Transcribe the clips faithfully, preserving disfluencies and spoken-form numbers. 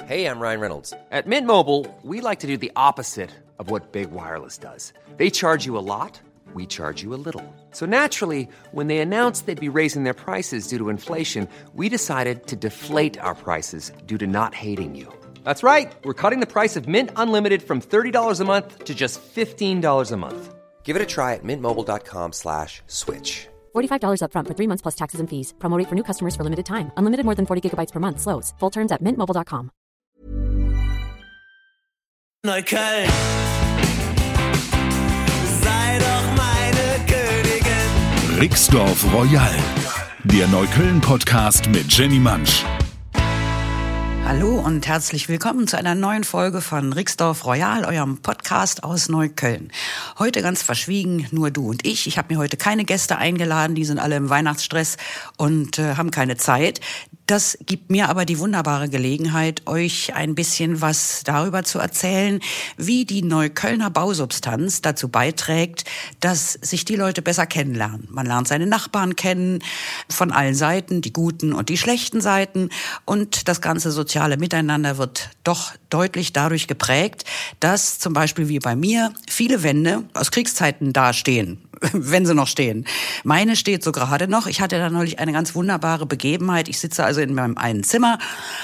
Hey, I'm Ryan Reynolds. At Mint Mobile, we like to do the opposite of what Big Wireless does. They charge you a lot, we charge you a little. So naturally, when they announced they'd be raising their prices due to inflation, we decided to deflate our prices due to not hating you. That's right. We're cutting the price of Mint Unlimited from thirty dollars a month to just fifteen dollars a month. Give it a try at mintmobile.com slash switch. forty-five dollars up front for three months plus taxes and fees. Promo rate for new customers for limited time. Unlimited more than forty gigabytes per month. Slows full terms at mint mobile dot com. Neukölln, sei doch meine Königin. Rixdorf Royal, der Neukölln-Podcast mit Jenny Mansch. Hallo und herzlich willkommen zu einer neuen Folge von Rixdorf Royal, eurem Podcast aus Neukölln. Heute ganz verschwiegen, nur du und ich. Ich habe mir heute keine Gäste eingeladen, die sind alle im Weihnachtsstress und äh, haben keine Zeit. Das gibt mir aber die wunderbare Gelegenheit, euch ein bisschen was darüber zu erzählen, wie die Neuköllner Bausubstanz dazu beiträgt, dass sich die Leute besser kennenlernen. Man lernt seine Nachbarn kennen, von allen Seiten, die guten und die schlechten Seiten. Und das ganze soziale Miteinander wird doch deutlich dadurch geprägt, dass zum Beispiel wie bei mir viele Wände aus Kriegszeiten dastehen. Wenn sie noch stehen. Meine steht so gerade noch. Ich hatte da neulich eine ganz wunderbare Begebenheit. Ich sitze also in meinem einen Zimmer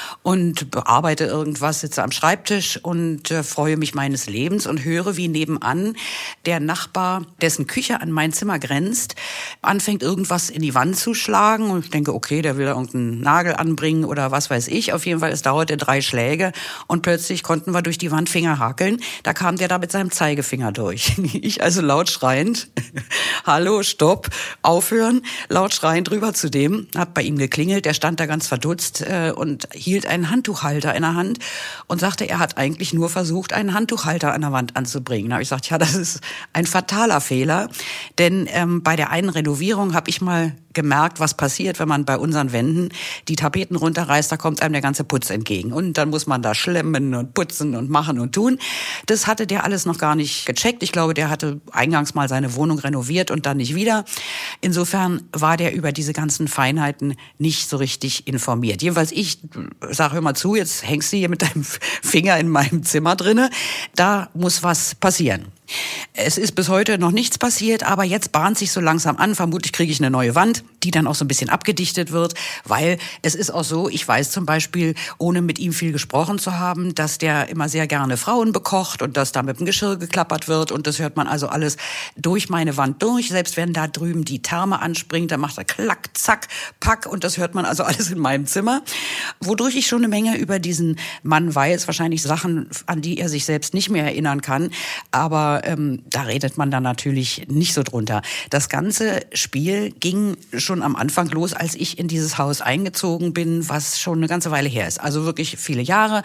und bearbeite irgendwas, sitze am Schreibtisch und äh, freue mich meines Lebens und höre, wie nebenan der Nachbar, dessen Küche an mein Zimmer grenzt, anfängt irgendwas in die Wand zu schlagen. Und ich denke, okay, der will da irgendeinen Nagel anbringen oder was weiß ich. Auf jeden Fall, es dauerte drei Schläge und plötzlich konnten wir durch die Wand Finger hakeln. Da kam der da mit seinem Zeigefinger durch. Ich also laut schreiend, hallo, stopp, aufhören, laut schreiend rüber zu dem, hab bei ihm geklingelt, der stand da ganz verdutzt äh, und hielt einen Handtuchhalter in der Hand und sagte, er hat eigentlich nur versucht, einen Handtuchhalter an der Wand anzubringen. Da habe ich gesagt, ja, das ist ein fataler Fehler, denn ähm, bei der einen Renovierung habe ich mal gemerkt, was passiert, wenn man bei unseren Wänden die Tapeten runterreißt, da kommt einem der ganze Putz entgegen. Und dann muss man da schlemmen und putzen und machen und tun. Das hatte der alles noch gar nicht gecheckt. Ich glaube, der hatte eingangs mal seine Wohnung renoviert und dann nicht wieder. Insofern war der über diese ganzen Feinheiten nicht so richtig informiert. Jedenfalls ich sage, hör mal zu, jetzt hängst du hier mit deinem Finger in meinem Zimmer drinne. Da muss was passieren. Es ist bis heute noch nichts passiert, aber jetzt bahnt sich so langsam an. Vermutlich kriege ich eine neue Wand, die dann auch so ein bisschen abgedichtet wird, weil es ist auch so, ich weiß zum Beispiel, ohne mit ihm viel gesprochen zu haben, dass der immer sehr gerne Frauen bekocht und dass da mit dem Geschirr geklappert wird und das hört man also alles durch meine Wand durch. Selbst wenn da drüben die Therme anspringt, dann macht er klack, zack, pack und das hört man also alles in meinem Zimmer. Wodurch ich schon eine Menge über diesen Mann weiß, wahrscheinlich Sachen, an die er sich selbst nicht mehr erinnern kann, aber Ähm, da redet man dann natürlich nicht so drunter. Das ganze Spiel ging schon am Anfang los, als ich in dieses Haus eingezogen bin, was schon eine ganze Weile her ist. Also wirklich viele Jahre.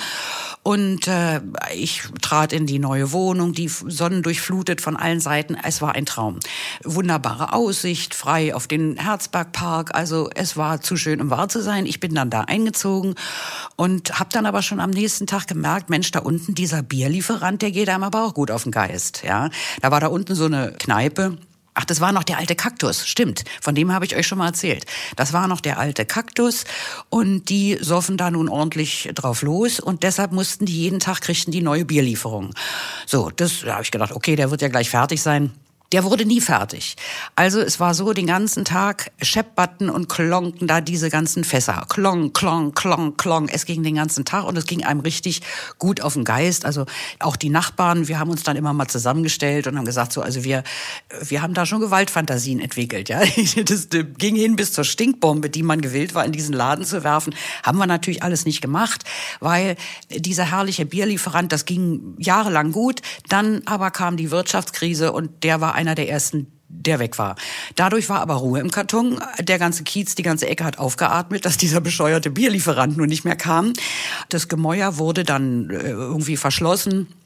Und äh, ich trat in die neue Wohnung, die sonnendurchflutet von allen Seiten. Es war ein Traum. Wunderbare Aussicht, frei auf den Herzbergpark. Also es war zu schön, um wahr zu sein. Ich bin dann da eingezogen und habe dann aber schon am nächsten Tag gemerkt, Mensch, da unten dieser Bierlieferant, der geht einem aber auch gut auf den Geist. Ja, da war da unten so eine Kneipe. Ach, das war noch der alte Kaktus, stimmt. Von dem habe ich euch schon mal erzählt. Das war noch der alte Kaktus und die soffen da nun ordentlich drauf los und deshalb mussten die jeden Tag, kriegten die neue Bierlieferung. So, das da habe ich gedacht, okay, der wird ja gleich fertig sein. Der wurde nie fertig. Also es war so, den ganzen Tag schepperten und klonken da diese ganzen Fässer. Klong, klong, klong, klong. Es ging den ganzen Tag und es ging einem richtig gut auf den Geist. Also auch die Nachbarn, wir haben uns dann immer mal zusammengestellt und haben gesagt, so, also wir, wir haben da schon Gewaltfantasien entwickelt, ja. Das ging hin bis zur Stinkbombe, die man gewillt war, in diesen Laden zu werfen. Haben wir natürlich alles nicht gemacht, weil dieser herrliche Bierlieferant, das ging jahrelang gut. Dann aber kam die Wirtschaftskrise und der war einer der ersten, der weg war. Dadurch war aber Ruhe im Karton. Der ganze Kiez, die ganze Ecke hat aufgeatmet, dass dieser bescheuerte Bierlieferant nun nicht mehr kam. Das Gemäuer wurde dann irgendwie verschlossen.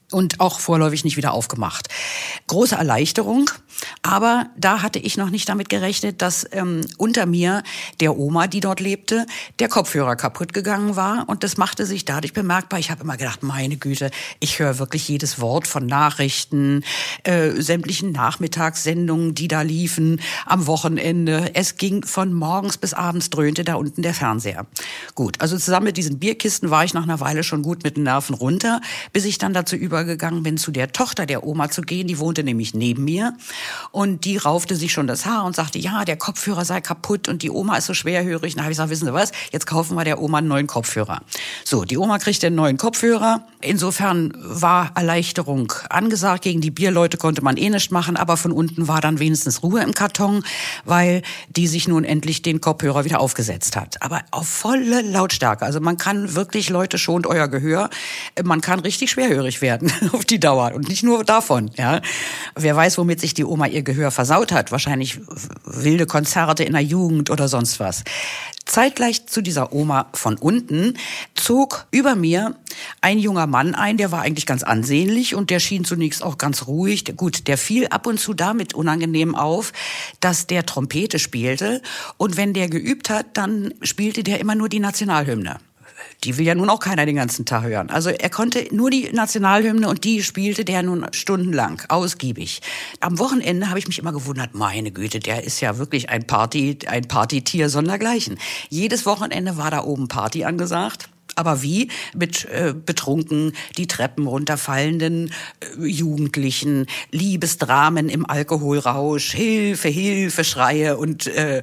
und auch vorläufig nicht wieder aufgemacht. Große Erleichterung, aber da hatte ich noch nicht damit gerechnet, dass ähm, unter mir der Oma, die dort lebte, der Kopfhörer kaputt gegangen war und das machte sich dadurch bemerkbar. Ich habe immer gedacht, meine Güte, ich höre wirklich jedes Wort von Nachrichten, äh, sämtlichen Nachmittagssendungen, die da liefen am Wochenende. Es ging von morgens bis abends, dröhnte da unten der Fernseher. Gut, also zusammen mit diesen Bierkisten war ich nach einer Weile schon gut mit den Nerven runter, bis ich dann dazu übergegangen bin, zu der Tochter der Oma zu gehen. Die wohnte nämlich neben mir und die raufte sich schon das Haar und sagte, ja, der Kopfhörer sei kaputt und die Oma ist so schwerhörig. Dann habe ich gesagt, wissen Sie was, jetzt kaufen wir der Oma einen neuen Kopfhörer. So, die Oma kriegte einen neuen Kopfhörer. Insofern war Erleichterung angesagt. Gegen die Bierleute konnte man eh nichts machen, aber von unten war dann wenigstens Ruhe im Karton, weil die sich nun endlich den Kopfhörer wieder aufgesetzt hat. Aber auf volle Lautstärke. Also man kann wirklich, Leute, schont euer Gehör. Man kann richtig schwerhörig werden auf die Dauer und nicht nur davon. Ja, wer weiß, womit sich die Oma ihr Gehör versaut hat. Wahrscheinlich wilde Konzerte in der Jugend oder sonst was. Zeitgleich zu dieser Oma von unten zog über mir ein junger Mann ein, der war eigentlich ganz ansehnlich und der schien zunächst auch ganz ruhig. Gut, der fiel ab und zu damit unangenehm auf, dass der Trompete spielte und wenn der geübt hat, dann spielte der immer nur die Nationalhymne. Die will ja nun auch keiner den ganzen Tag hören. Also er konnte nur die Nationalhymne und die spielte der nun stundenlang, ausgiebig. Am Wochenende habe ich mich immer gewundert, meine Güte, der ist ja wirklich ein Party, ein Partytier sondergleichen. Jedes Wochenende war da oben Party angesagt. Aber wie? Mit äh, betrunken, die Treppen runterfallenden äh, Jugendlichen, Liebesdramen im Alkoholrausch, Hilfe, Hilfe, Schreie und äh,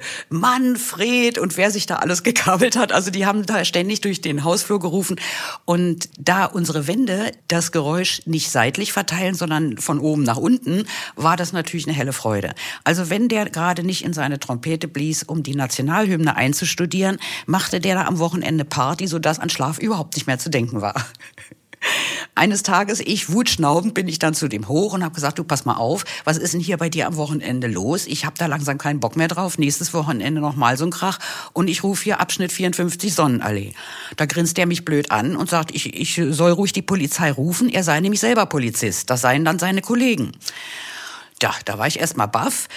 Manfred und wer sich da alles gekabelt hat. Also die haben da ständig durch den Hausflur gerufen. Und da unsere Wände das Geräusch nicht seitlich verteilen, sondern von oben nach unten, war das natürlich eine helle Freude. Also wenn der gerade nicht in seine Trompete blies, um die Nationalhymne einzustudieren, machte der da am Wochenende Party, sodass an Schlaf überhaupt nicht mehr zu denken war. Eines Tages, ich wutschnaubend, bin ich dann zu dem hoch und habe gesagt, du pass mal auf, was ist denn hier bei dir am Wochenende los? Ich habe da langsam keinen Bock mehr drauf. Nächstes Wochenende noch mal so ein Krach und ich rufe hier Abschnitt vierundfünfzig Sonnenallee. Da grinst der mich blöd an und sagt, ich, ich soll ruhig die Polizei rufen. Er sei nämlich selber Polizist. Das seien dann seine Kollegen. Ja, da war ich erst mal baff.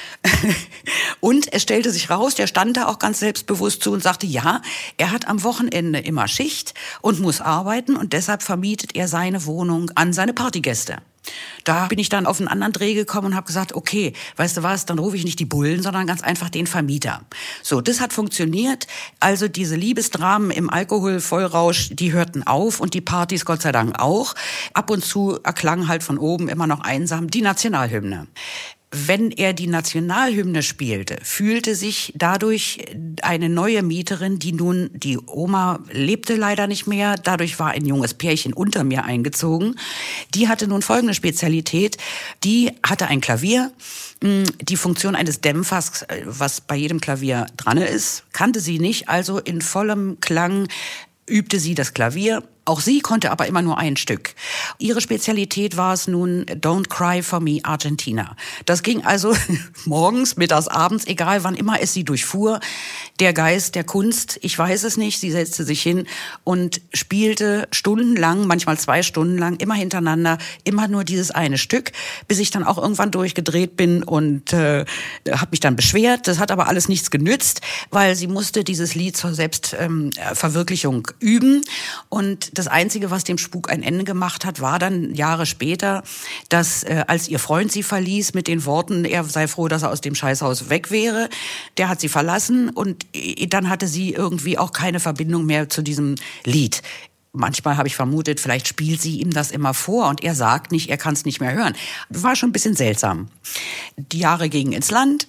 Und es stellte sich raus, der stand da auch ganz selbstbewusst zu und sagte, ja, er hat am Wochenende immer Schicht und muss arbeiten und deshalb vermietet er seine Wohnung an seine Partygäste. Da bin ich dann auf einen anderen Dreh gekommen und habe gesagt, okay, weißt du was, dann rufe ich nicht die Bullen, sondern ganz einfach den Vermieter. So, das hat funktioniert. Also diese Liebesdramen im Alkoholvollrausch, die hörten auf und die Partys Gott sei Dank auch. Ab und zu erklang halt von oben immer noch einsam die Nationalhymne. Wenn er die Nationalhymne spielte, fühlte sich dadurch eine neue Mieterin, die nun, die Oma lebte leider nicht mehr, dadurch war ein junges Pärchen unter mir eingezogen. Die hatte nun folgende Spezialität, die hatte ein Klavier, die Funktion eines Dämpfers, was bei jedem Klavier dran ist, kannte sie nicht, also in vollem Klang übte sie das Klavier. Auch sie konnte aber immer nur ein Stück. Ihre Spezialität war es nun Don't Cry for Me, Argentina. Das ging also morgens, mittags, abends, egal wann immer es sie durchfuhr. Der Geist der Kunst, ich weiß es nicht, sie setzte sich hin und spielte stundenlang, manchmal zwei Stunden lang, immer hintereinander, immer nur dieses eine Stück, bis ich dann auch irgendwann durchgedreht bin und äh, habe mich dann beschwert. Das hat aber alles nichts genützt, weil sie musste dieses Lied zur Selbstverwirklichung ähm, üben und das Einzige, was dem Spuk ein Ende gemacht hat, war dann Jahre später, dass äh, als ihr Freund sie verließ mit den Worten, er sei froh, dass er aus dem Scheißhaus weg wäre, der hat sie verlassen und äh, dann hatte sie irgendwie auch keine Verbindung mehr zu diesem Lied. Manchmal habe ich vermutet, vielleicht spielt sie ihm das immer vor und er sagt nicht, er kann es nicht mehr hören. War schon ein bisschen seltsam. Die Jahre gingen ins Land.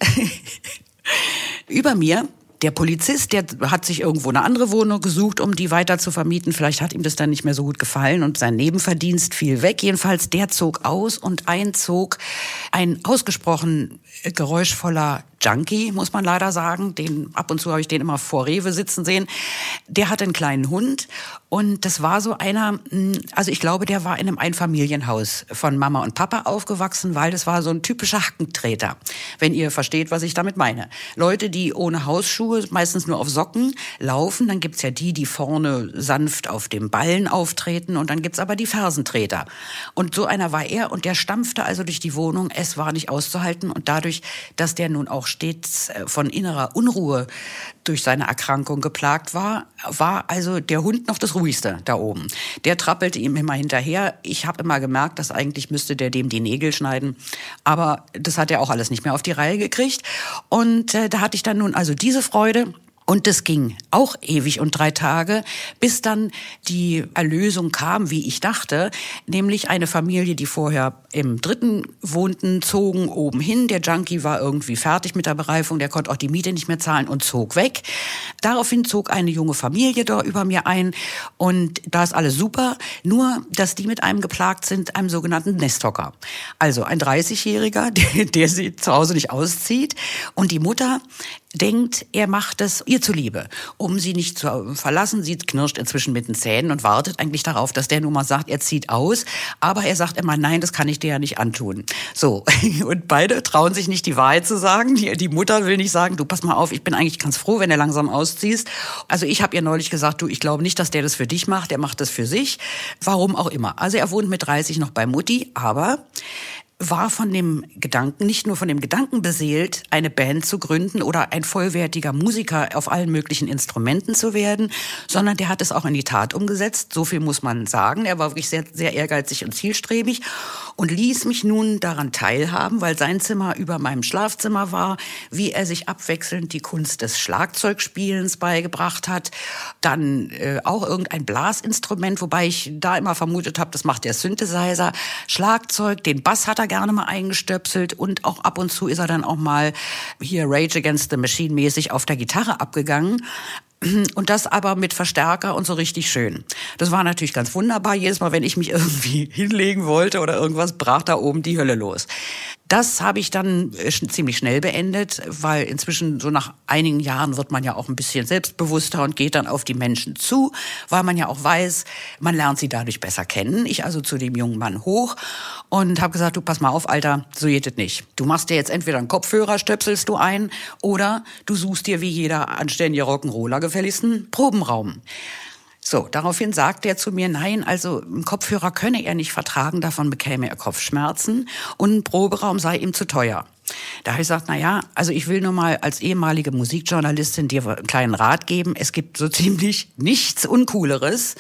Über mir der Polizist, der hat sich irgendwo eine andere Wohnung gesucht, um die weiter zu vermieten. Vielleicht hat ihm das dann nicht mehr so gut gefallen und sein Nebenverdienst fiel weg. Jedenfalls, der zog aus und einzog ein ausgesprochen geräuschvoller Junkie, muss man leider sagen. Den, ab und zu habe ich den immer vor Rewe sitzen sehen. Der hatte einen kleinen Hund und das war so einer, also ich glaube, der war in einem Einfamilienhaus von Mama und Papa aufgewachsen, weil das war so ein typischer Hackentreter, wenn ihr versteht, was ich damit meine. Leute, die ohne Hausschuhe, meistens nur auf Socken, laufen, dann gibt's ja die, die vorne sanft auf dem Ballen auftreten und dann gibt's aber die Fersentreter. Und so einer war er und der stampfte also durch die Wohnung, es war nicht auszuhalten und dadurch, dass der nun auch stets von innerer Unruhe durch seine Erkrankung geplagt war, war also der Hund noch das Ruhigste da oben. Der trappelte ihm immer hinterher. Ich habe immer gemerkt, dass eigentlich müsste der dem die Nägel schneiden. Aber das hat er auch alles nicht mehr auf die Reihe gekriegt. Und äh, da hatte ich dann nun also diese Freude. Und das ging auch ewig und drei Tage, bis dann die Erlösung kam, wie ich dachte, nämlich eine Familie, die vorher im dritten wohnten, zogen oben hin. Der Junkie war irgendwie fertig mit der Bereifung, der konnte auch die Miete nicht mehr zahlen und zog weg. Daraufhin zog eine junge Familie da über mir ein und da ist alles super, nur dass die mit einem geplagt sind, einem sogenannten Nesthocker. Also ein dreißigjähriger, der, der sie zu Hause nicht auszieht und die Mutter denkt, er macht es ihr zuliebe, um sie nicht zu verlassen. Sie knirscht inzwischen mit den Zähnen und wartet eigentlich darauf, dass der nun mal sagt, er zieht aus. Aber er sagt immer, nein, das kann ich dir ja nicht antun. So, und beide trauen sich nicht, die Wahrheit zu sagen. Die, die Mutter will nicht sagen, du, pass mal auf, ich bin eigentlich ganz froh, wenn er langsam ausziehst. Also ich habe ihr neulich gesagt, du, ich glaube nicht, dass der das für dich macht, der macht das für sich. Warum auch immer. Also er wohnt mit dreißig noch bei Mutti, aber war von dem Gedanken, nicht nur von dem Gedanken beseelt, eine Band zu gründen oder ein vollwertiger Musiker auf allen möglichen Instrumenten zu werden, sondern der hat es auch in die Tat umgesetzt. So viel muss man sagen. Er war wirklich sehr, sehr ehrgeizig und zielstrebig und ließ mich nun daran teilhaben, weil sein Zimmer über meinem Schlafzimmer war, wie er sich abwechselnd die Kunst des Schlagzeugspielens beigebracht hat, dann äh, auch irgendein Blasinstrument, wobei ich da immer vermutet habe, das macht der Synthesizer, Schlagzeug, den Bass hat er gerne mal eingestöpselt und auch ab und zu ist er dann auch mal hier Rage Against the Machine mäßig auf der Gitarre abgegangen. Und das aber mit Verstärker und so richtig schön. Das war natürlich ganz wunderbar. Jedes Mal, wenn ich mich irgendwie hinlegen wollte oder irgendwas, brach da oben die Hölle los. Das habe ich dann ziemlich schnell beendet, weil inzwischen so nach einigen Jahren wird man ja auch ein bisschen selbstbewusster und geht dann auf die Menschen zu, weil man ja auch weiß, man lernt sie dadurch besser kennen. Ich also zu dem jungen Mann hoch und habe gesagt, du pass mal auf, Alter, so geht es nicht. Du machst dir jetzt entweder einen Kopfhörer, stöpselst du ein, oder du suchst dir wie jeder anständige Rock'n'Roller gefälligst einen Probenraum. So, daraufhin sagt er zu mir, nein, also einen Kopfhörer könne er nicht vertragen, davon bekäme er Kopfschmerzen und ein Proberaum sei ihm zu teuer. Da habe ich gesagt, na ja, also ich will nur mal als ehemalige Musikjournalistin dir einen kleinen Rat geben. Es gibt so ziemlich nichts Uncooleres,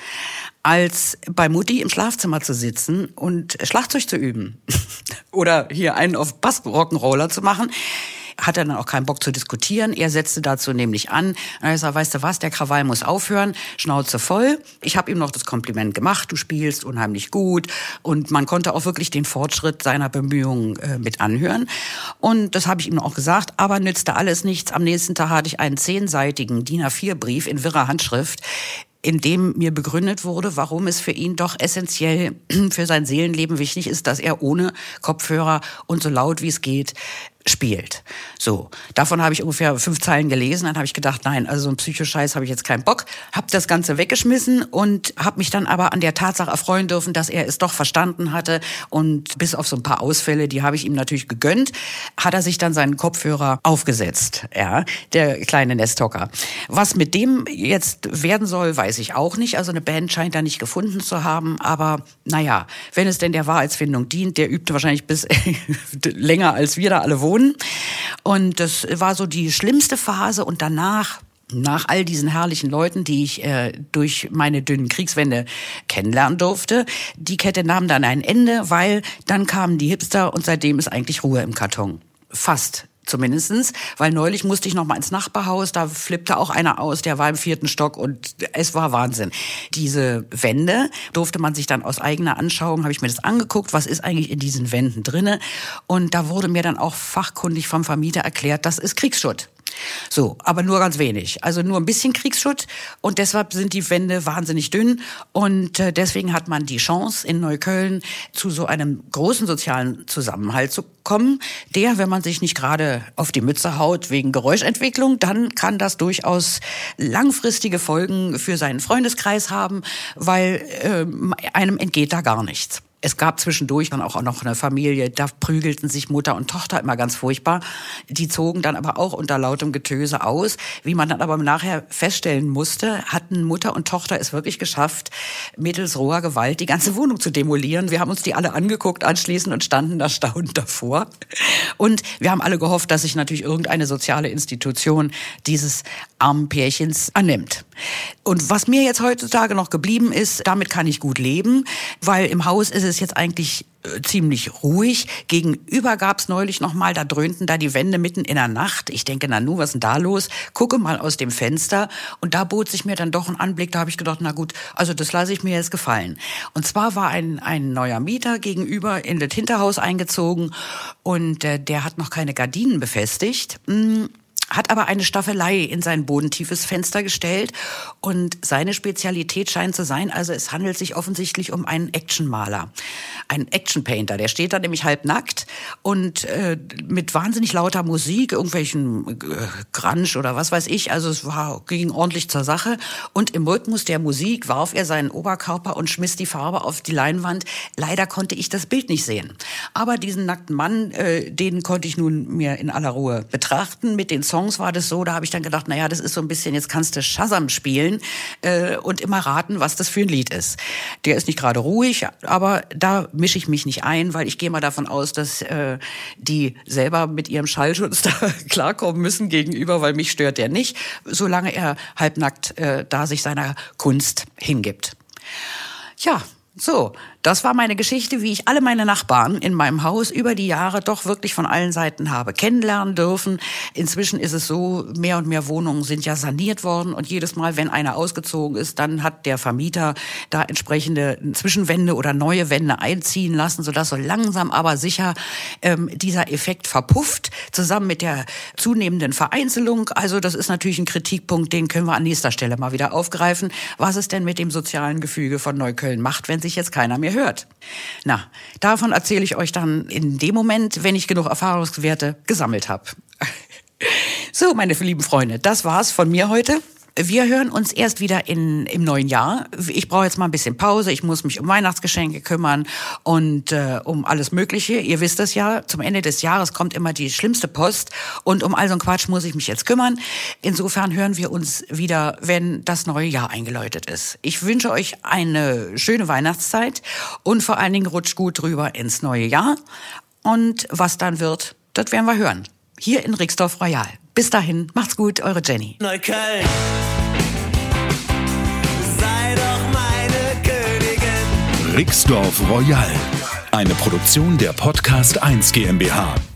als bei Mutti im Schlafzimmer zu sitzen und Schlagzeug zu üben. Oder hier einen auf Bass-Rock'n'Roller zu machen. Hat er dann auch keinen Bock zu diskutieren. Er setzte dazu nämlich an. Er sagt, weißt du was, der Krawall muss aufhören, Schnauze voll. Ich habe ihm noch das Kompliment gemacht, du spielst unheimlich gut. Und man konnte auch wirklich den Fortschritt seiner Bemühungen äh, mit anhören. Und das habe ich ihm auch gesagt, aber nützte alles nichts. Am nächsten Tag hatte ich einen zehnseitigen D I N A vier Brief in wirrer Handschrift, in dem mir begründet wurde, warum es für ihn doch essentiell für sein Seelenleben wichtig ist, dass er ohne Kopfhörer und so laut wie es geht spielt. So, davon habe ich ungefähr fünf Zeilen gelesen. Dann habe ich gedacht, nein, also so ein Psychoscheiß habe ich jetzt keinen Bock. Habe das Ganze weggeschmissen und habe mich dann aber an der Tatsache erfreuen dürfen, dass er es doch verstanden hatte. Und bis auf so ein paar Ausfälle, die habe ich ihm natürlich gegönnt, hat er sich dann seinen Kopfhörer aufgesetzt. Ja, der kleine Nesthocker. Was mit dem jetzt werden soll, weiß ich auch nicht. Also eine Band scheint er nicht gefunden zu haben. Aber naja, wenn es denn der Wahrheitsfindung dient, der übte wahrscheinlich bis länger, als wir da alle wohnen. Und das war so die schlimmste Phase. Und danach, nach all diesen herrlichen Leuten, die ich äh, durch meine dünnen Kriegswände kennenlernen durfte, die Kette nahm dann ein Ende, weil dann kamen die Hipster und seitdem ist eigentlich Ruhe im Karton. Fast. Zumindestens, weil neulich musste ich noch mal ins Nachbarhaus, da flippte auch einer aus, der war im vierten Stock und es war Wahnsinn. Diese Wände durfte man sich dann aus eigener Anschauung, habe ich mir das angeguckt, was ist eigentlich in diesen Wänden drinne, und da wurde mir dann auch fachkundig vom Vermieter erklärt, das ist Kriegsschutt. So, aber nur ganz wenig. Also nur ein bisschen Kriegsschutt und deshalb sind die Wände wahnsinnig dünn und äh, deswegen hat man die Chance in Neukölln zu so einem großen sozialen Zusammenhalt zu kommen, der, wenn man sich nicht gerade auf die Mütze haut wegen Geräuschentwicklung, dann kann das durchaus langfristige Folgen für seinen Freundeskreis haben, weil äh, einem entgeht da gar nichts. Es gab zwischendurch dann auch noch eine Familie, da prügelten sich Mutter und Tochter immer ganz furchtbar. Die zogen dann aber auch unter lautem Getöse aus. Wie man dann aber nachher feststellen musste, hatten Mutter und Tochter es wirklich geschafft, mittels roher Gewalt die ganze Wohnung zu demolieren. Wir haben uns die alle angeguckt anschließend und standen da staunend davor. Und wir haben alle gehofft, dass sich natürlich irgendeine soziale Institution dieses armen Pärchens annimmt. Und was mir jetzt heutzutage noch geblieben ist, damit kann ich gut leben, weil im Haus ist es jetzt eigentlich äh, ziemlich ruhig. Gegenüber gab's neulich noch mal, da dröhnten da die Wände mitten in der Nacht. Ich denke, na nu, was ist denn da los? Gucke mal aus dem Fenster und da bot sich mir dann doch ein Anblick, da habe ich gedacht, na gut, also das lasse ich mir jetzt gefallen. Und zwar war ein, ein neuer Mieter gegenüber in das Hinterhaus eingezogen und äh, der hat noch keine Gardinen befestigt. Hm. Hat aber eine Staffelei in sein bodentiefes Fenster gestellt und seine Spezialität scheint zu sein, also es handelt sich offensichtlich um einen Actionmaler, einen Actionpainter, der steht da nämlich halbnackt und äh, mit wahnsinnig lauter Musik, irgendwelchen äh, Grunge oder was weiß ich, also es war, ging ordentlich zur Sache und im Rhythmus der Musik warf er seinen Oberkörper und schmiss die Farbe auf die Leinwand. Leider konnte ich das Bild nicht sehen, aber diesen nackten Mann, äh, den konnte ich nun mir in aller Ruhe betrachten. Mit den Songs war das so, da habe ich dann gedacht, naja, das ist so ein bisschen, jetzt kannst du Shazam spielen äh, und immer raten, was das für ein Lied ist. Der ist nicht gerade ruhig, aber da mische ich mich nicht ein, weil ich gehe mal davon aus, dass äh, die selber mit ihrem Schallschutz da klarkommen müssen gegenüber, weil mich stört der nicht, solange er halbnackt äh, da sich seiner Kunst hingibt. Ja, so, das war meine Geschichte, wie ich alle meine Nachbarn in meinem Haus über die Jahre doch wirklich von allen Seiten habe kennenlernen dürfen. Inzwischen ist es so, mehr und mehr Wohnungen sind ja saniert worden und jedes Mal, wenn einer ausgezogen ist, dann hat der Vermieter da entsprechende Zwischenwände oder neue Wände einziehen lassen, sodass so langsam aber sicher ähm, dieser Effekt verpufft, zusammen mit der zunehmenden Vereinzelung. Also das ist natürlich ein Kritikpunkt, den können wir an nächster Stelle mal wieder aufgreifen, was es denn mit dem sozialen Gefüge von Neukölln macht, wenn sich jetzt keiner mehr hört. Na, davon erzähle ich euch dann in dem Moment, wenn ich genug Erfahrungswerte gesammelt habe. So, meine lieben Freunde, das war's von mir heute. Wir hören uns erst wieder in, im neuen Jahr. Ich brauche jetzt mal ein bisschen Pause. Ich muss mich um Weihnachtsgeschenke kümmern und äh, um alles Mögliche. Ihr wisst das ja, zum Ende des Jahres kommt immer die schlimmste Post. Und um all so einen Quatsch muss ich mich jetzt kümmern. Insofern hören wir uns wieder, wenn das neue Jahr eingeläutet ist. Ich wünsche euch eine schöne Weihnachtszeit und vor allen Dingen rutscht gut rüber ins neue Jahr. Und was dann wird, das werden wir hören. Hier in Rixdorf Royal. Bis dahin, macht's gut, eure Jenny. Neukölln, sei doch meine Königin. Rixdorf Royal, eine Produktion der Podcast eins GmbH.